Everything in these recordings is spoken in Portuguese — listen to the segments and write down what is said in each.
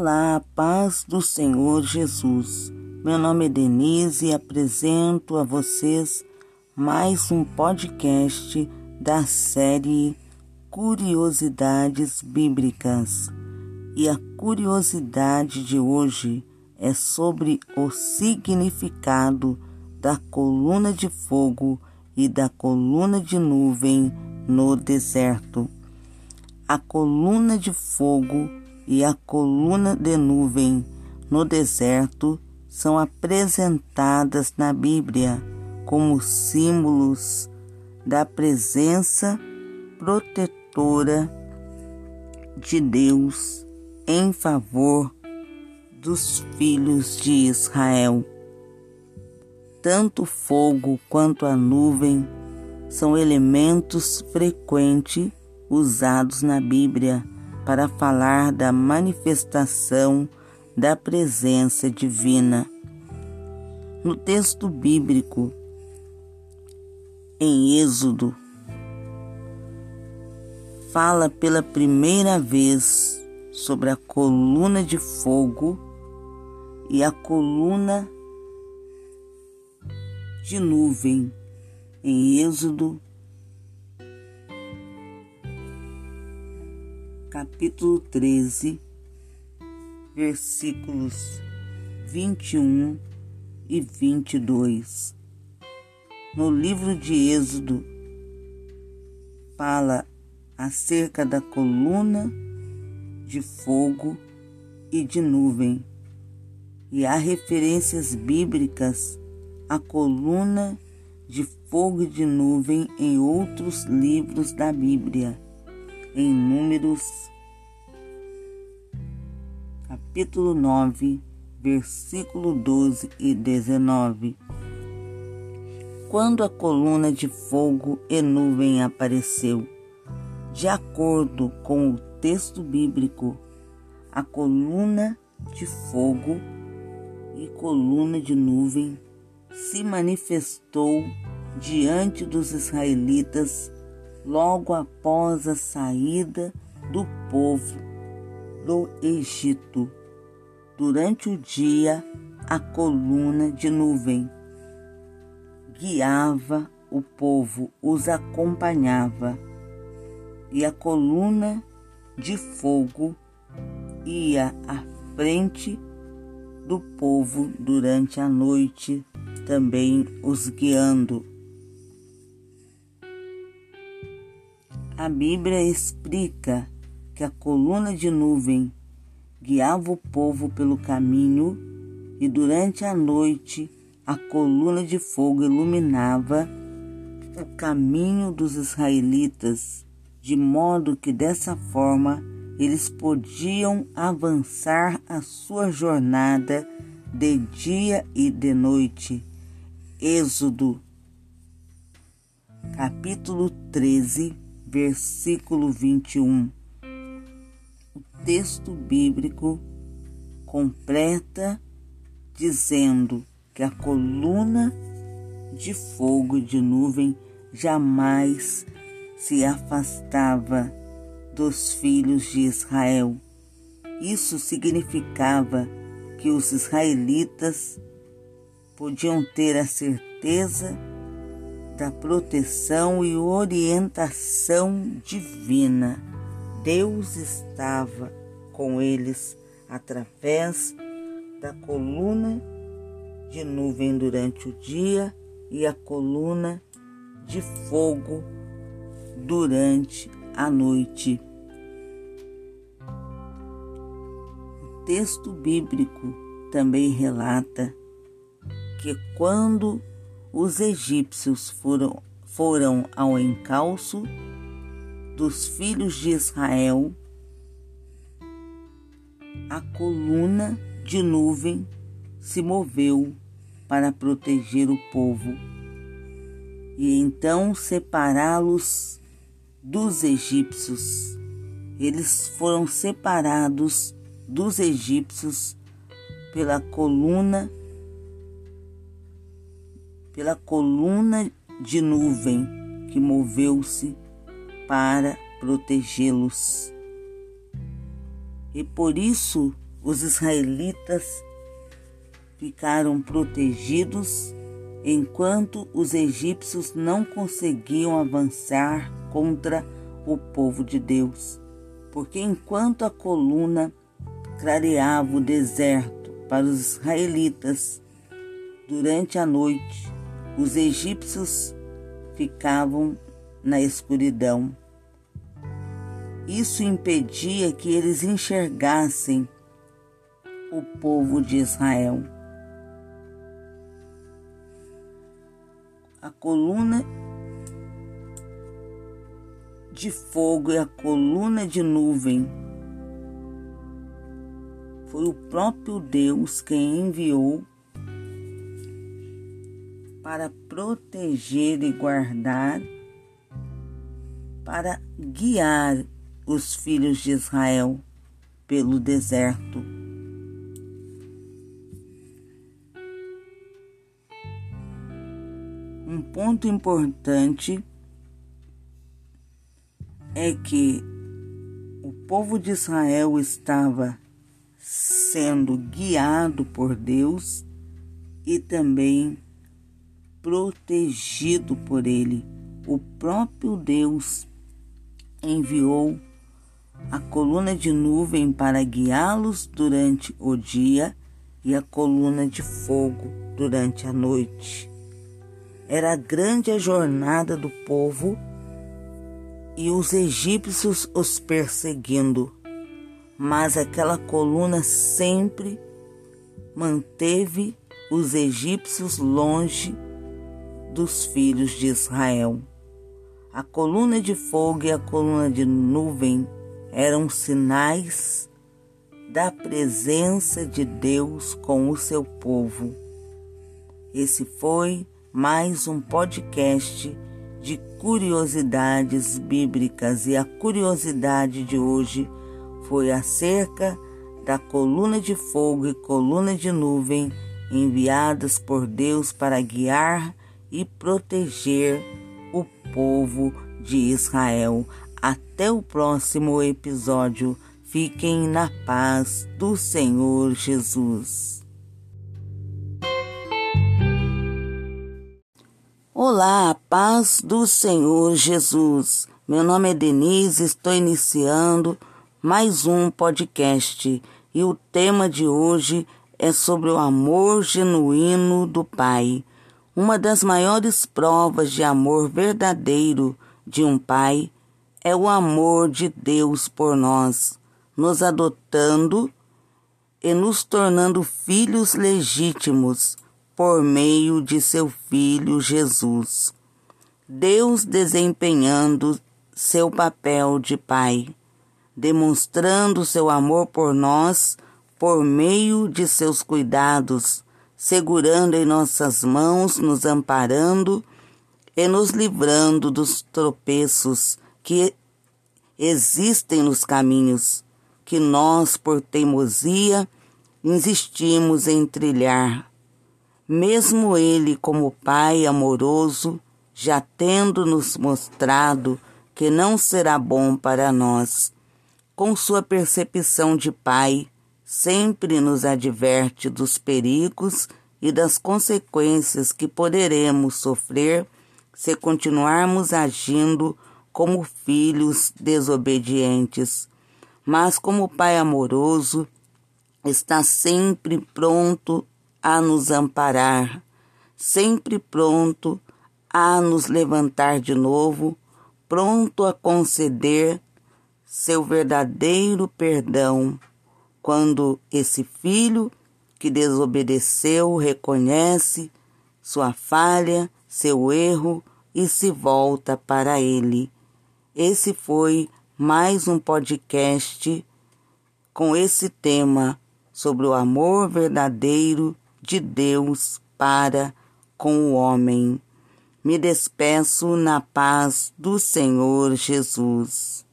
Olá, a paz do Senhor Jesus. Meu nome é Denise e apresento a vocês mais um podcast da série Curiosidades Bíblicas. E a curiosidade de hoje é sobre o significado da coluna de fogo e da coluna de nuvem no deserto. A coluna de fogo e a coluna de nuvem no deserto são apresentadas na Bíblia como símbolos da presença protetora de Deus em favor dos filhos de Israel. Tanto o fogo quanto a nuvem são elementos frequentes usados na Bíblia para falar da manifestação da presença divina. No texto bíblico, em Êxodo, fala pela primeira vez sobre a coluna de fogo e a coluna de nuvem, em Êxodo, capítulo 13, versículos 21 e 22. No livro de Êxodo, fala acerca da coluna de fogo e de nuvem, e há referências bíblicas à coluna de fogo e de nuvem em outros livros da Bíblia. Em Números, capítulo 9, versículo 12 e 19. Quando a coluna de fogo e nuvem apareceu, de acordo com o texto bíblico, a coluna de fogo e coluna de nuvem se manifestou diante dos israelitas logo após a saída do povo do Egito. Durante o dia, a coluna de nuvem guiava o povo, os acompanhava, e a coluna de fogo ia à frente do povo durante a noite, também os guiando. A Bíblia explica que a coluna de nuvem guiava o povo pelo caminho e durante a noite a coluna de fogo iluminava o caminho dos israelitas, de modo que dessa forma eles podiam avançar a sua jornada de dia e de noite. Êxodo, capítulo 13, versículo 21. O texto bíblico completa dizendo que a coluna de fogo e de nuvem jamais se afastava dos filhos de Israel. Isso significava que os israelitas podiam ter a certeza da proteção e orientação divina. Deus estava com eles através da coluna de nuvem durante o dia e a coluna de fogo durante a noite. O texto bíblico também relata que quando os egípcios foram ao encalço dos filhos de Israel, a coluna de nuvem se moveu para proteger o povo e então separá-los dos egípcios. Eles foram separados dos egípcios pela coluna de nuvem que moveu-se para protegê-los. E por isso os israelitas ficaram protegidos enquanto os egípcios não conseguiam avançar contra o povo de Deus. Porque enquanto a coluna clareava o deserto para os israelitas durante a noite, os egípcios ficavam na escuridão. Isso impedia que eles enxergassem o povo de Israel. A coluna de fogo e a coluna de nuvem foi o próprio Deus quem enviou para proteger e guardar, para guiar os filhos de Israel pelo deserto. Um ponto importante é que o povo de Israel estava sendo guiado por Deus e também protegido por Ele. O próprio Deus enviou a coluna de nuvem para guiá-los durante o dia e a coluna de fogo durante a noite. Era grande a jornada do povo e os egípcios os perseguindo, mas aquela coluna sempre manteve os egípcios longe dos filhos de Israel. A coluna de fogo e a coluna de nuvem eram sinais da presença de Deus com o seu povo. Esse foi mais um podcast de curiosidades bíblicas e a curiosidade de hoje foi acerca da coluna de fogo e coluna de nuvem enviadas por Deus para guiar e proteger o povo de Israel. Até o próximo episódio. Fiquem na paz do Senhor Jesus. Olá, paz do Senhor Jesus. Meu nome é Denise, estou iniciando mais um podcast e o tema de hoje é sobre o amor genuíno do Pai. Uma das maiores provas de amor verdadeiro de um pai é o amor de Deus por nós, nos adotando e nos tornando filhos legítimos por meio de seu Filho Jesus. Deus desempenhando seu papel de Pai, demonstrando seu amor por nós por meio de seus cuidados, segurando em nossas mãos, nos amparando e nos livrando dos tropeços que existem nos caminhos, que nós, por teimosia, insistimos em trilhar. Mesmo Ele, como Pai amoroso, já tendo nos mostrado que não será bom para nós, com sua percepção de Pai, sempre nos adverte dos perigos e das consequências que poderemos sofrer se continuarmos agindo como filhos desobedientes. Mas como Pai amoroso, está sempre pronto a nos amparar, sempre pronto a nos levantar de novo, pronto a conceder seu verdadeiro perdão, quando esse filho que desobedeceu reconhece sua falha, seu erro e se volta para ele. Esse foi mais um podcast com esse tema sobre o amor verdadeiro de Deus para com o homem. Me despeço na paz do Senhor Jesus.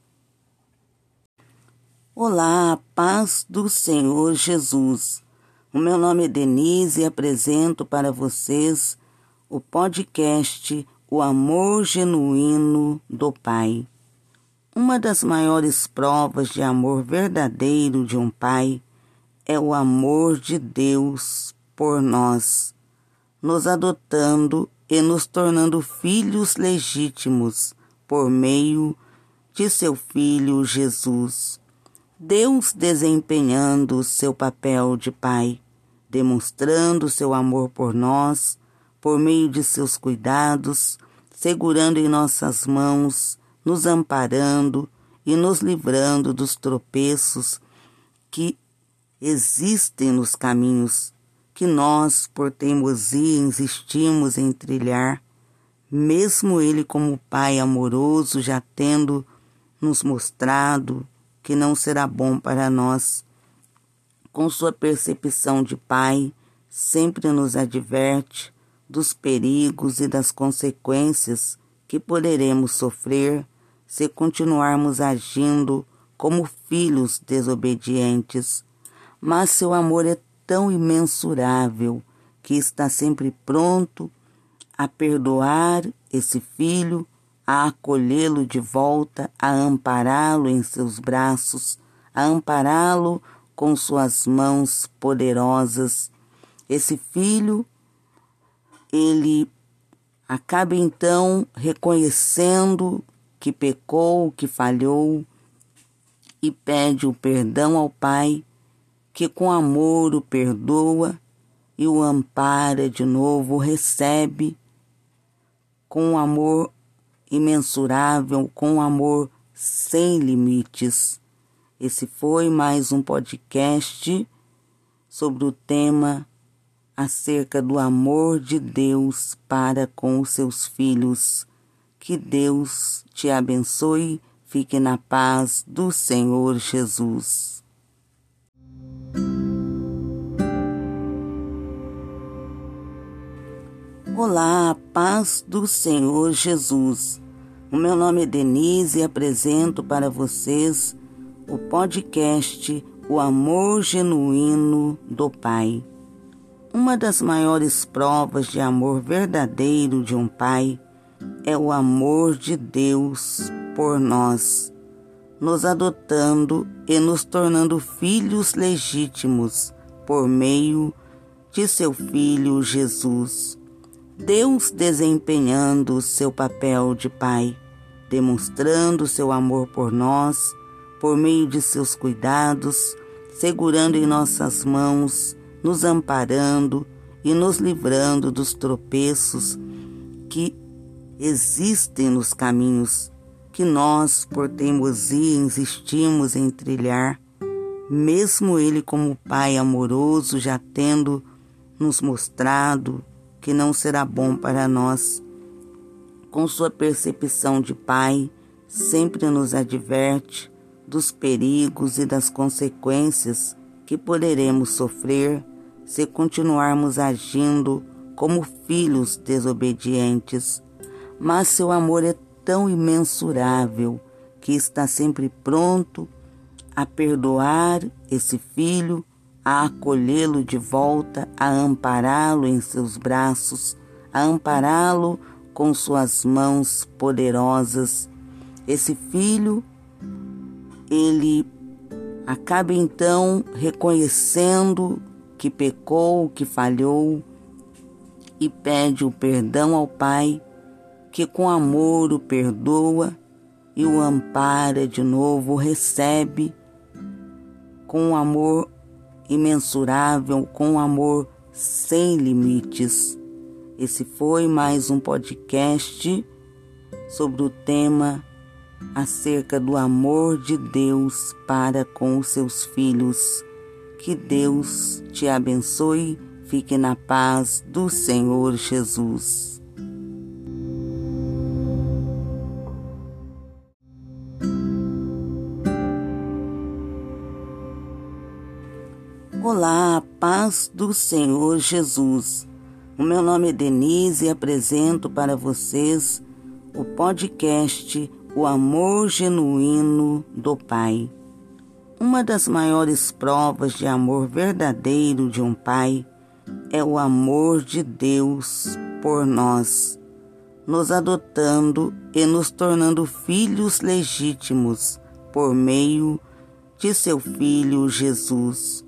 Olá, paz do Senhor Jesus. O meu nome é Denise e apresento para vocês o podcast O Amor Genuíno do Pai. Uma das maiores provas de amor verdadeiro de um pai é o amor de Deus por nós, nos adotando e nos tornando filhos legítimos por meio de seu Filho Jesus. Deus desempenhando seu papel de Pai, demonstrando seu amor por nós, por meio de seus cuidados, segurando em nossas mãos, nos amparando e nos livrando dos tropeços que existem nos caminhos que nós, por teimosia, insistimos em trilhar, mesmo Ele como Pai amoroso já tendo nos mostrado que não será bom para nós. Com sua percepção de Pai, sempre nos adverte dos perigos e das consequências que poderemos sofrer se continuarmos agindo como filhos desobedientes. Mas seu amor é tão imensurável que está sempre pronto a perdoar esse filho, a acolhê-lo de volta, a ampará-lo em seus braços, a ampará-lo com suas mãos poderosas. Esse filho, ele acaba então reconhecendo que pecou, que falhou e pede o perdão ao Pai, que com amor o perdoa e o ampara de novo, o recebe com um amor imensurável, com um amor sem limites. Esse foi mais um podcast sobre o tema acerca do amor de Deus para com os seus filhos. Que Deus te abençoe, fique na paz do Senhor Jesus. Olá, paz do Senhor Jesus. O meu nome é Denise e apresento para vocês o podcast O Amor Genuíno do Pai. Uma das maiores provas de amor verdadeiro de um pai é o amor de Deus por nós, nos adotando e nos tornando filhos legítimos por meio de seu Filho Jesus. Deus desempenhando seu papel de Pai, demonstrando seu amor por nós, por meio de seus cuidados, segurando em nossas mãos, nos amparando e nos livrando dos tropeços que existem nos caminhos que nós, por teimosia, insistimos em trilhar, mesmo Ele como Pai amoroso já tendo nos mostrado que não será bom para nós. Com sua percepção de Pai, sempre nos adverte dos perigos e das consequências que poderemos sofrer se continuarmos agindo como filhos desobedientes. Mas seu amor é tão imensurável que está sempre pronto a perdoar esse filho, a acolhê-lo de volta, a ampará-lo em seus braços, a ampará-lo com suas mãos poderosas. Esse filho, ele acaba então reconhecendo que pecou, que falhou e pede o perdão ao Pai, que com amor o perdoa e o ampara de novo, o recebe com um amor imensurável, com um amor sem limites. Esse foi mais um podcast sobre o tema acerca do amor de Deus para com os seus filhos. Que Deus te abençoe, fique na paz do Senhor Jesus. Olá, paz do Senhor Jesus. O meu nome é Denise e apresento para vocês o podcast O Amor Genuíno do Pai. Uma das maiores provas de amor verdadeiro de um pai é o amor de Deus por nós, nos adotando e nos tornando filhos legítimos por meio de seu Filho Jesus.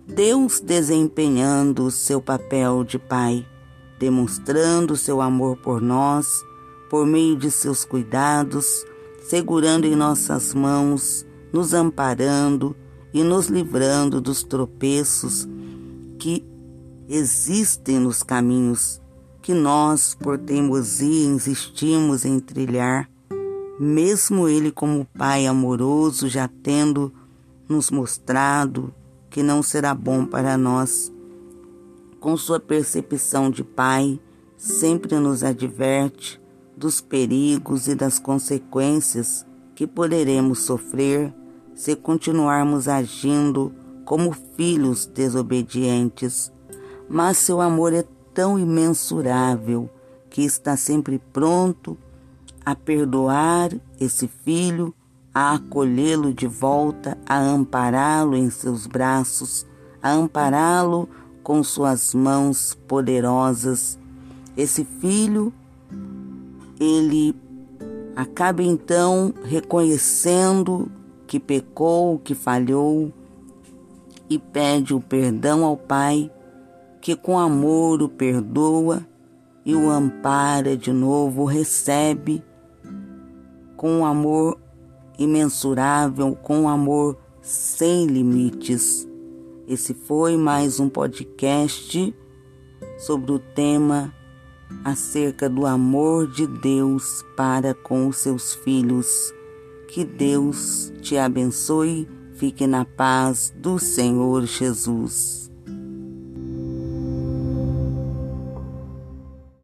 Deus desempenhando o seu papel de Pai, demonstrando seu amor por nós, por meio de seus cuidados, segurando em nossas mãos, nos amparando e nos livrando dos tropeços que existem nos caminhos que nós, por teimosia, insistimos em trilhar, mesmo Ele como Pai amoroso já tendo nos mostrado que não será bom para nós. Com sua percepção de Pai, sempre nos adverte dos perigos e das consequências que poderemos sofrer se continuarmos agindo como filhos desobedientes. Mas seu amor é tão imensurável que está sempre pronto a perdoar esse filho, a acolhê-lo de volta, a ampará-lo em seus braços, a ampará-lo com suas mãos poderosas. Esse filho, ele acaba então reconhecendo que pecou, que falhou e pede o perdão ao Pai, que com amor o perdoa e o ampara de novo, o recebe com um amor imensurável, com um amor sem limites. Esse foi mais um podcast sobre o tema acerca do amor de Deus para com os seus filhos. Que Deus te abençoe, fique na paz do Senhor Jesus.